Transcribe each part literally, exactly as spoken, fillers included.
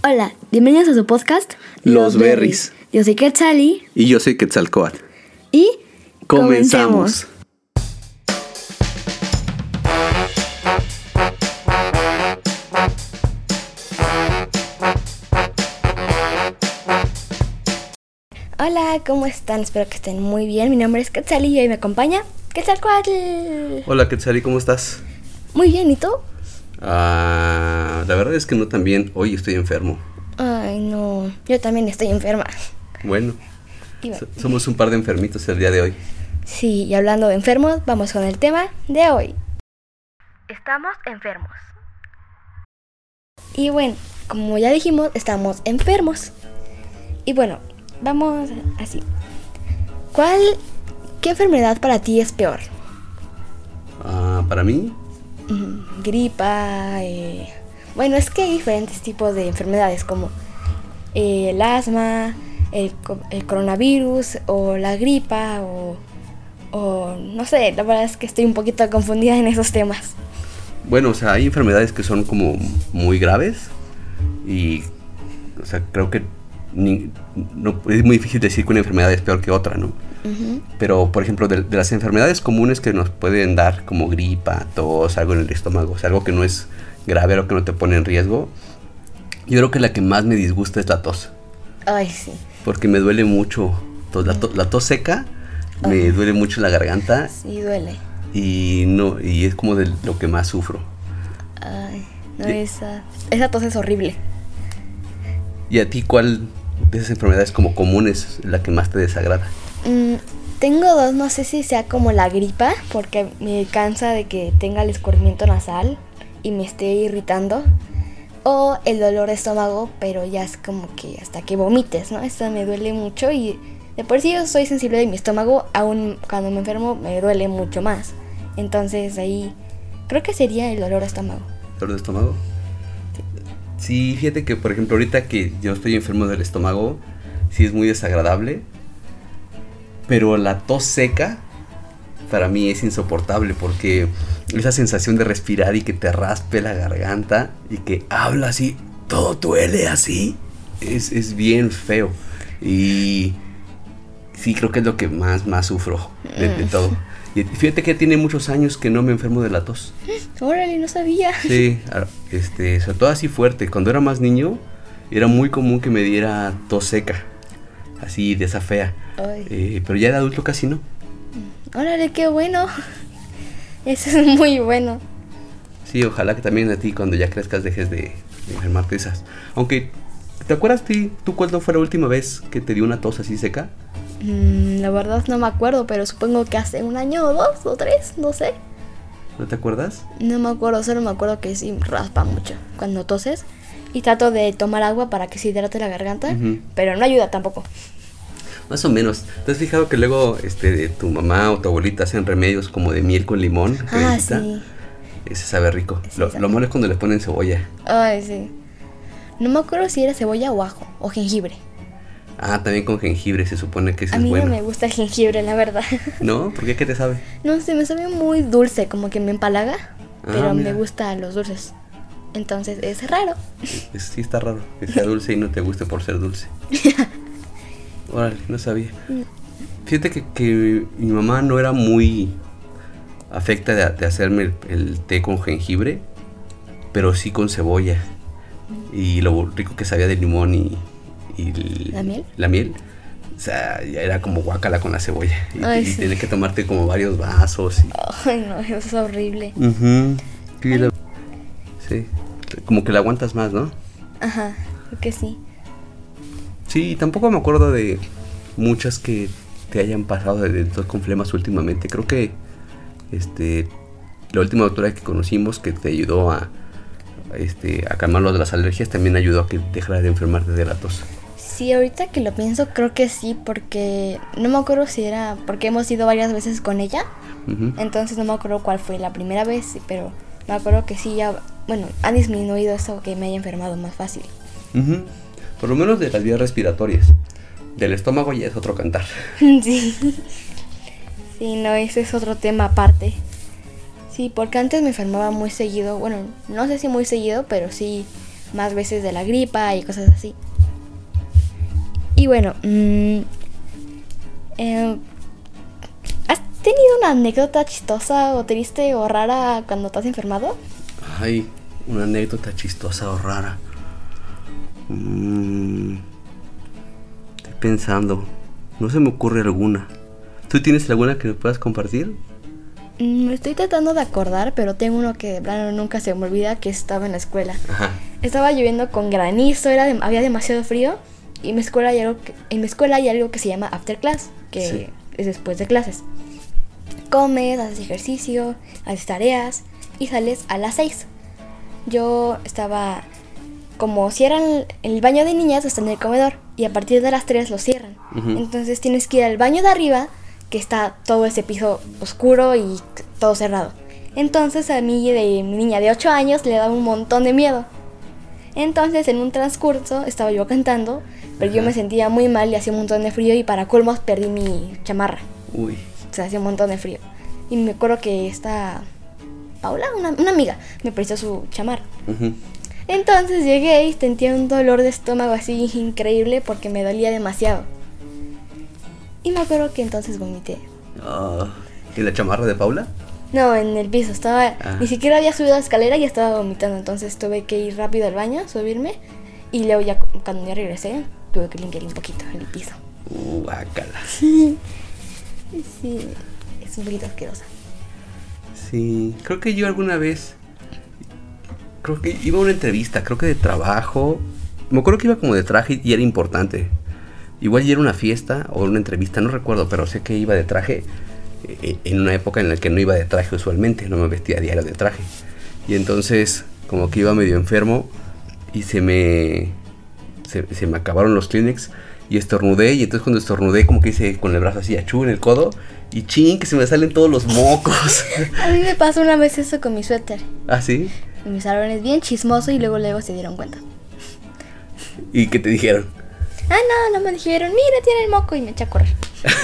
Hola, bienvenidos a su podcast Los, Los Berries. Yo soy Quetzali. Y yo soy Quetzalcóatl. Y comenzamos. Hola, ¿cómo están? Espero que estén muy bien. Mi nombre es Quetzali y hoy me acompaña Quetzalcóatl. Hola Quetzali, ¿cómo estás? Muy bien, ¿y tú? Ah, la verdad es que no tan bien. Hoy estoy enfermo. Ay, no. Yo también estoy enferma. Bueno, bueno. So- somos un par de enfermitos el día de hoy. Sí, y hablando de enfermos, vamos con el tema de hoy. Estamos enfermos. Y bueno, como ya dijimos, estamos enfermos. Y bueno, vamos así. ¿Cuál, qué enfermedad para ti es peor? Ah, para mí, Mm, Gripa, eh, bueno, es que hay diferentes tipos de enfermedades como eh, el asma, el, co- el coronavirus o la gripa o, o no sé, la verdad es que estoy un poquito confundida en esos temas. bueno, o sea, hay enfermedades que son como muy graves y, o sea, creo que ni- no, es muy difícil decir que una enfermedad es peor que otra, ¿no? Ujú. Pero, por ejemplo, de, de las enfermedades comunes que nos pueden dar, como gripa, tos, algo en el estómago, o sea, algo que no es grave, algo que no te pone en riesgo, yo creo que la que más me disgusta es la tos, Ay, sí. porque me duele mucho. tos- La, to- la tos seca me Ajá. duele mucho la garganta Sí, duele. y no y es como de lo que más sufro. Ay, no, Sí. esa, esa tos es horrible. ¿Y a ti cuál de esas enfermedades como comunes es la que más te desagrada? Mm, tengo dos, no sé si sea como la gripa, porque me cansa de que tenga el escurrimiento nasal y me esté irritando. O el dolor de estómago, pero ya es como que hasta que vomites, ¿no? Eso me duele mucho y de por sí yo soy sensible de mi estómago, aún cuando me enfermo me duele mucho más. Entonces ahí creo que sería el dolor de estómago. ¿Dolor de estómago? Sí, fíjate que, por ejemplo, ahorita que yo estoy enfermo del estómago, sí es muy desagradable. Pero la tos seca, para mí es insoportable porque esa sensación de respirar y que te raspe la garganta y que hablas y todo duele así, es, es bien feo. Y sí, creo que es lo que más, más sufro de, de todo. Y fíjate que tiene muchos años que no me enfermo de la tos. Órale, no sabía. Sí, a- este, sobre todo así fuerte. Cuando era más niño, era muy común que me diera tos seca, así de esa fea. Ay, Eh, pero ya de adulto casi no. órale, qué bueno. Eso es muy bueno. Sí, ojalá que también a ti cuando ya crezcas dejes de, de enfermarte de esas. Aunque, ¿te acuerdas ti, tú cuándo fue la última vez que te dio una tos así seca? Mm, la verdad no me acuerdo, pero supongo que hace un año o dos o tres, no sé. ¿No te acuerdas? No me acuerdo, solo me acuerdo que sí raspa mucho cuando toses. Y trato de tomar agua para que se hidrate la garganta, Ujú. pero no ayuda tampoco. Más o menos. ¿Te has fijado que luego este, de tu mamá o tu abuelita hacen remedios como de miel con limón? Ah, cremita? sí. Ese sabe rico. Sí, lo, sabe. lo malo es cuando le ponen cebolla. Ay, sí. No me acuerdo si era cebolla o ajo o jengibre. Ah, también con jengibre se supone que ese A es mí bueno. no me gusta el jengibre, la verdad. ¿No? ¿Por qué? ¿Qué te sabe? No sé, me sabe muy dulce, como que me empalaga, Ah, pero mira. me gustan los dulces. Entonces es raro. Es- sí está raro que sea dulce y no te guste por ser dulce. Órale, no sabía. Fíjate que, que mi mamá no era muy afecta de, de hacerme el, el té con jengibre, pero sí con cebolla. Y lo rico que sabía de limón y, y el- ¿La miel? La miel. O sea, ya era como guácala con la cebolla. Y, Ay, y sí. tienes que tomarte como varios vasos. Y, Ay, no, eso es horrible. Ujú. Sí, la- sí, como que la aguantas más, ¿no? Ajá, creo que sí. Sí, tampoco me acuerdo de muchas que te hayan pasado de, de tos con flemas últimamente. Creo que este la última doctora que conocimos que te ayudó a este a calmar lo de las alergias también ayudó a que dejaras de enfermarte de la tos. Sí, ahorita que lo pienso, creo que sí, porque no me acuerdo si era, porque hemos ido varias veces con ella, Ujú. entonces no me acuerdo cuál fue la primera vez, pero me acuerdo que sí, ya, bueno, ha disminuido eso que me haya enfermado más fácil. Ujú. Por lo menos de las vías respiratorias. Del estómago ya es otro cantar. Sí, sí, no, ese es otro tema aparte. Sí, porque antes me enfermaba muy seguido, bueno, no sé si muy seguido, pero sí más veces de la gripa y cosas así. Y bueno, mmm, eh, ¿has tenido una anécdota chistosa o triste o rara cuando te has enfermado? Ay, una anécdota chistosa o rara. Mm, estoy pensando. No se me ocurre alguna. ¿Tú tienes alguna que me puedas compartir? Me estoy tratando de acordar, pero tengo uno que de plano nunca se me olvida, que estaba en la escuela. Ajá. Estaba lloviendo con granizo, era de- había demasiado frío. Y en mi escuela hay algo que, en mi escuela hay algo que se llama after class, que Sí. es después de clases. Comes, haces ejercicio, haces tareas y sales a las seis. Yo estaba, como cierran el baño de niñas, está en el comedor y a partir de las tres lo cierran. Ujú. Entonces tienes que ir al baño de arriba, que está todo ese piso oscuro y todo cerrado. Entonces a mí, de mi niña de ocho años, le daba un montón de miedo. Entonces en un transcurso estaba yo cantando, pero yo Ajá. me sentía muy mal y hacía un montón de frío y para colmos perdí mi chamarra. Uy. O sea, hacía un montón de frío. Y me acuerdo que esta Paula, una, una amiga, me prestó su chamarra. Ujú. Entonces llegué y sentía un dolor de estómago así increíble porque me dolía demasiado. Y me acuerdo que entonces vomité. Ah, ¿y la chamarra de Paula? No, en el piso, estaba, Ah. ni siquiera había subido la escalera y ya estaba vomitando. Entonces tuve que ir rápido al baño, subirme. Y luego ya cu- cuando ya regresé, tuve que limpiar un poquito el piso. Uh, guácala. Sí, es un poquito asquerosa. Sí, creo que yo alguna vez, creo que iba a una entrevista, creo que de trabajo. Me acuerdo que iba como de traje y era importante. Igual ya era una fiesta o una entrevista, no recuerdo, pero sé que iba de traje eh, en una época en la que no iba de traje usualmente, no me vestía a diario de traje. Y entonces como que iba medio enfermo y se me, se, se me acabaron los Kleenex y estornudé. Y entonces cuando estornudé como que hice con el brazo así achú en el codo y chin, que se me salen todos los mocos. A mí me pasó una vez eso con mi suéter. ¿Ah, sí? Y mi salón es bien chismoso y luego luego se dieron cuenta. ¿Y qué te dijeron? Ah, no, no me dijeron, mira, tiene el moco y me eché a correr.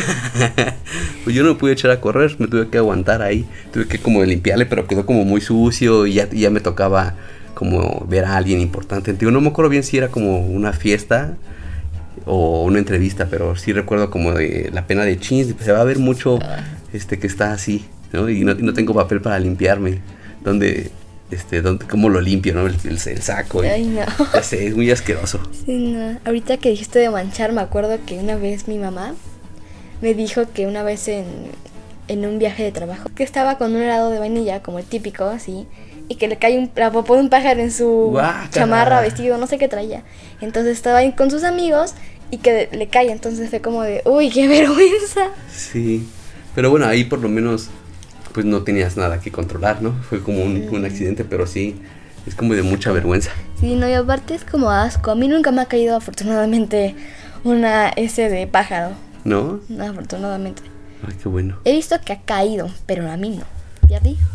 Pues yo no me pude echar a correr, me tuve que aguantar ahí. Tuve que como limpiarle, pero quedó como muy sucio y ya, y ya me tocaba como ver a alguien importante. Digo, no me acuerdo bien si era como una fiesta o una entrevista, pero sí recuerdo como de la pena de chins, se va a ver mucho este que está así, ¿no? Y no, y no tengo papel para limpiarme. ¿Dónde, este, dónde, cómo lo limpio, no? El, el, el saco. Y, Ay, no. ya sé, es muy asqueroso. Sí, no. Ahorita que dijiste de manchar, me acuerdo que una vez mi mamá me dijo que una vez en, en un viaje de trabajo, que estaba con un helado de vainilla, como el típico, así, y que le cae un, la popó de un pájaro en su Guácala. chamarra, vestido, no sé qué traía. Entonces estaba ahí con sus amigos y que le cae, entonces fue como de, uy, qué vergüenza. Sí, pero bueno, ahí por lo menos pues no tenías nada que controlar, ¿no? Fue como un, Mm. un accidente, pero sí, es como de mucha vergüenza, Sí, no, y aparte es como asco. A mí nunca me ha caído afortunadamente una S de pájaro. ¿no? No, afortunadamente. Ay, qué bueno. He visto que ha caído, pero a mí no. ¿Y a ti?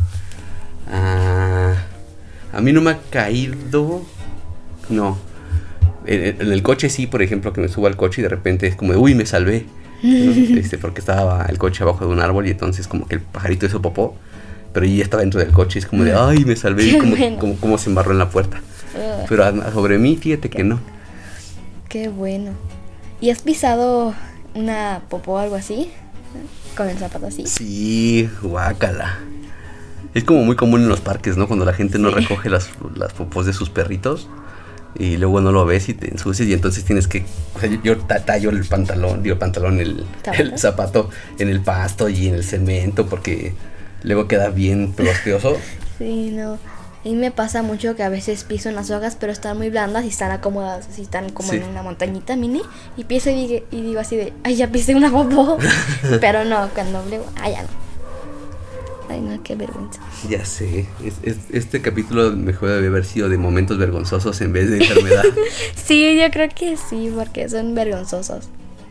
Ah, a mí no me ha caído, no. En, en el coche sí, por ejemplo, que me subo al coche y de repente es como de, uy, me salvé, ¿no? Este, porque estaba el coche abajo de un árbol y entonces como que el pajarito hizo popó, pero yo ya estaba dentro del coche, es como de, ay, me salvé, y Qué como, bueno. como, como se embarró en la puerta. Ugh, Pero a- sobre mí, fíjate que no. qué bueno. ¿Y has pisado una popó o algo así? Con el zapato así. Sí, guácala. Es como muy común en los parques, ¿no? Cuando la gente no Sí. recoge las, las popós de sus perritos y luego no lo ves y te ensucias y entonces tienes que... O sea, yo, yo ta- tallo el pantalón, digo el pantalón, el ¿Zapato? el zapato en el pasto y en el cemento porque luego queda bien asqueroso. Sí, no. A mí me pasa mucho que a veces piso unas hojas, pero están muy blandas y están acomodadas, así están como Sí. en una montañita mini. Y pienso y digo, y digo así de, ay, ya pisé una popó. Pero no, cuando hablé, ay, ya no. Ay, no, qué vergüenza. Ya sé, es- es- este capítulo mejor debe haber sido de momentos vergonzosos en vez de enfermedad. Sí, yo creo que sí, porque son vergonzosos.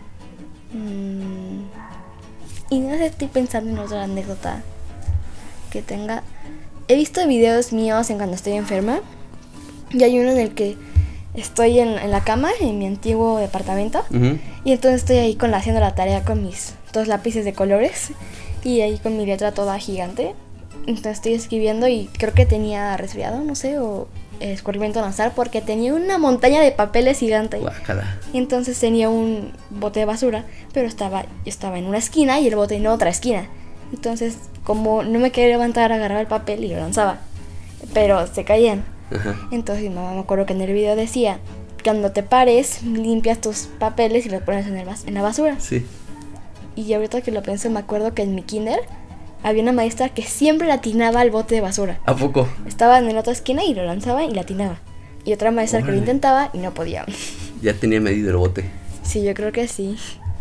Mm. Y no sé, estoy pensando en otra anécdota que tenga. He visto videos míos en cuando estoy enferma. Y hay uno en el que estoy en, en la cama, en mi antiguo departamento. Ujú. Y entonces estoy ahí con la, haciendo la tarea con mis dos lápices de colores. Y ahí con mi letra toda gigante. Entonces estoy escribiendo y creo que tenía resfriado, no sé, o escurrimiento nasal porque tenía una montaña de papeles gigante. Guácala. Y entonces tenía un bote de basura, pero estaba, yo estaba en una esquina y el bote en otra esquina. Entonces, como no me quería levantar, agarraba el papel y lo lanzaba. Pero se caían. Ajá. Entonces, mi mamá me acuerdo que en el video decía, cuando te pares, limpias tus papeles y los pones en, el bas- en la basura. Sí. Y ahorita que lo pienso, me acuerdo que en mi kinder había una maestra que siempre le atinaba al bote de basura. ¿A poco? Estaba en la otra esquina y lo lanzaba y le atinaba. Y otra maestra que lo Órale. intentaba y no podía. Ya tenía medido el bote. Sí, yo creo que sí.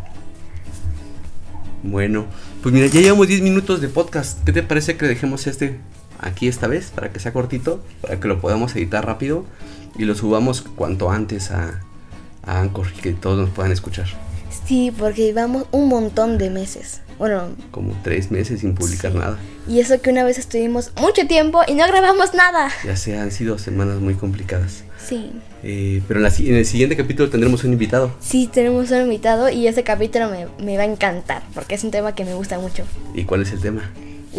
Bueno, pues mira, ya llevamos diez minutos de podcast. ¿Qué te parece que dejemos este aquí esta vez? Para que sea cortito, para que lo podamos editar rápido y lo subamos cuanto antes a, a Anchor y que todos nos puedan escuchar. Sí, porque llevamos un montón de meses. Bueno, Como tres meses sin publicar sí. nada. Y eso que una vez estuvimos mucho tiempo y no grabamos nada. Ya se han sido semanas muy complicadas. Sí. Eh, pero en, la si- en el siguiente capítulo tendremos un invitado. Sí, tenemos un invitado y ese capítulo me, me va a encantar porque es un tema que me gusta mucho. ¿Y cuál es el tema?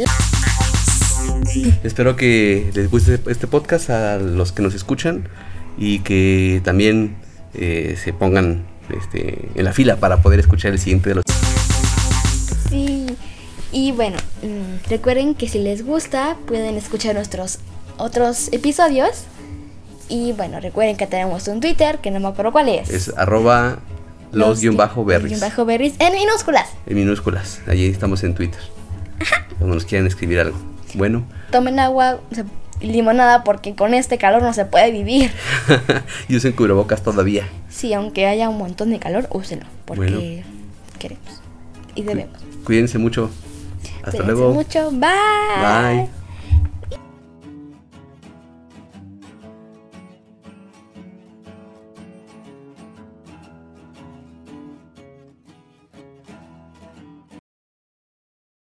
Espero que les guste este podcast a los que nos escuchan y que también eh, se pongan este, en la fila para poder escuchar el siguiente de los... Sí. Y bueno, mm, recuerden que si les gusta pueden escuchar nuestros otros episodios. Y bueno, recuerden que tenemos un Twitter que no me acuerdo cuál es. Es arroba los guión bajo berries. Guión bajo berries en minúsculas. En minúsculas. Allí estamos en Twitter. Cuando nos quieran escribir algo. Bueno. Tomen agua, o sea, limonada porque con este calor no se puede vivir. Y usen cubrebocas todavía. Sí, aunque haya un montón de calor, úsenlo porque Bueno. queremos y debemos. Cuídense mucho. Hasta Cuídense luego. mucho. Bye. Bye.